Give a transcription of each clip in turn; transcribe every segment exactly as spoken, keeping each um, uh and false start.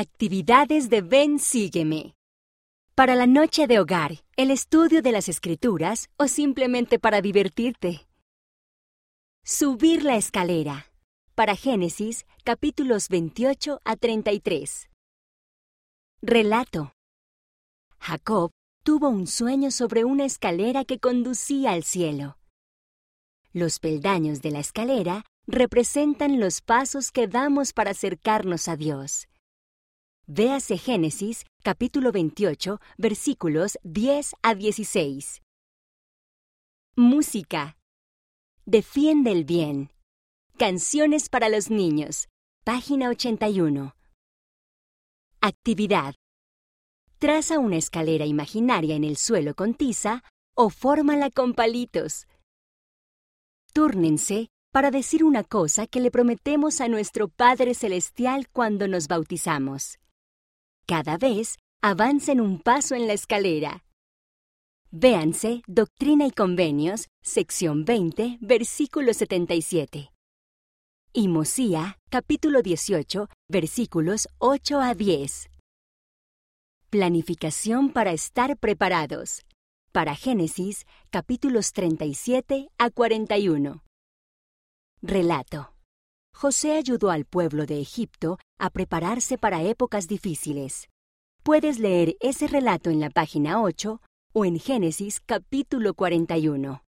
Actividades de Ven, Sígueme. Para la noche de hogar, el estudio de las Escrituras o simplemente para divertirte. Subir la escalera. Para Génesis, capítulos veintiocho a treinta y tres. Relato. Jacob tuvo un sueño sobre una escalera que conducía al cielo. Los peldaños de la escalera representan los pasos que damos para acercarnos a Dios. Véase Génesis, capítulo veintiocho, versículos diez a dieciséis. Música. Defiende el bien. Canciones para los niños. Página ochenta y uno. Actividad. Traza una escalera imaginaria en el suelo con tiza o fórmala con palitos. Túrnense para decir una cosa que le prometemos a nuestro Padre Celestial cuando nos bautizamos. Cada vez avancen un paso en la escalera. Véanse Doctrina y Convenios, sección veinte, versículo setenta y siete. Y Mosía, capítulo dieciocho, versículos ocho a diez. Planificación para estar preparados. Para Génesis, capítulos treinta y siete a cuarenta y uno. Relato. José ayudó al pueblo de Egipto a prepararse para épocas difíciles. Puedes leer ese relato en la página ocho o en Génesis capítulo cuarenta y uno.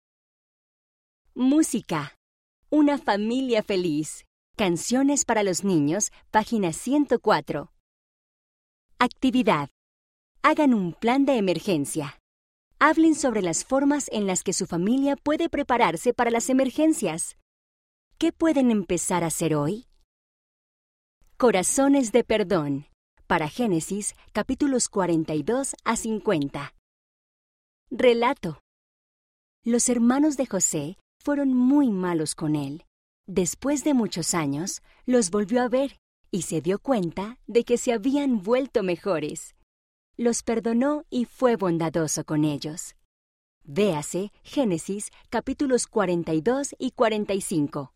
Música. Una familia feliz. Canciones para los niños, página ciento cuatro. Actividad. Hagan un plan de emergencia. Hablen sobre las formas en las que su familia puede prepararse para las emergencias. ¿Qué pueden empezar a hacer hoy? Corazones de perdón. Para Génesis, capítulos cuarenta y dos a cincuenta. Relato. Los hermanos de José fueron muy malos con él. Después de muchos años, los volvió a ver y se dio cuenta de que se habían vuelto mejores. Los perdonó y fue bondadoso con ellos. Véase Génesis, capítulos cuarenta y dos y cuarenta y cinco.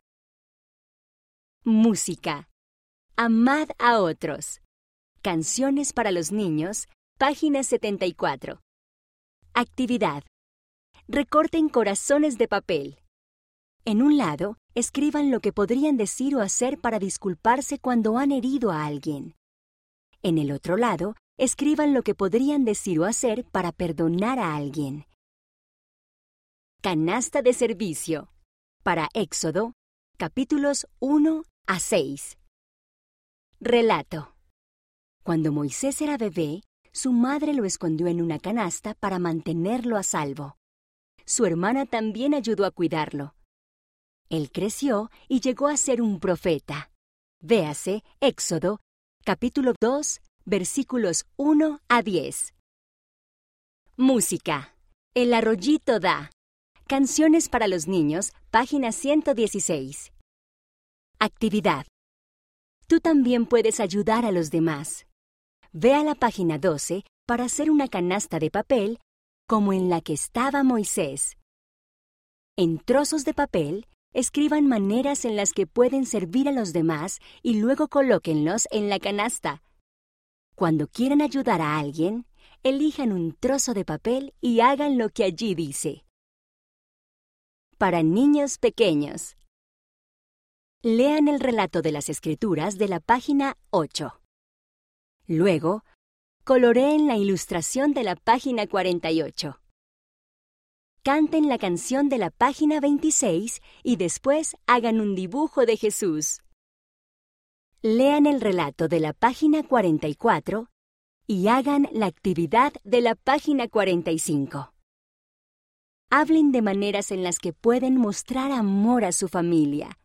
Música. Amad a otros. Canciones para los niños, página setenta y cuatro. Actividad. Recorten corazones de papel. En un lado, escriban lo que podrían decir o hacer para disculparse cuando han herido a alguien. En el otro lado, escriban lo que podrían decir o hacer para perdonar a alguien. Canasta de servicio. Para Éxodo, capítulos uno a seis. Relato. Cuando Moisés era bebé, su madre lo escondió en una canasta para mantenerlo a salvo. Su hermana también ayudó a cuidarlo. Él creció y llegó a ser un profeta. Véase Éxodo, capítulo dos, versículos uno a diez. Música. El arroyito da. Canciones para los niños, página ciento dieciséis. Actividad. Tú también puedes ayudar a los demás. Ve a la página doce para hacer una canasta de papel como en la que estaba Moisés. En trozos de papel, escriban maneras en las que pueden servir a los demás y luego colóquenlos en la canasta. Cuando quieran ayudar a alguien, elijan un trozo de papel y hagan lo que allí dice. Para niños pequeños. Lean el relato de las Escrituras de la página ocho. Luego, coloreen la ilustración de la página cuarenta y ocho. Canten la canción de la página veintiséis y después hagan un dibujo de Jesús. Lean el relato de la página cuarenta y cuatro y hagan la actividad de la página cuarenta y cinco. Hablen de maneras en las que pueden mostrar amor a su familia.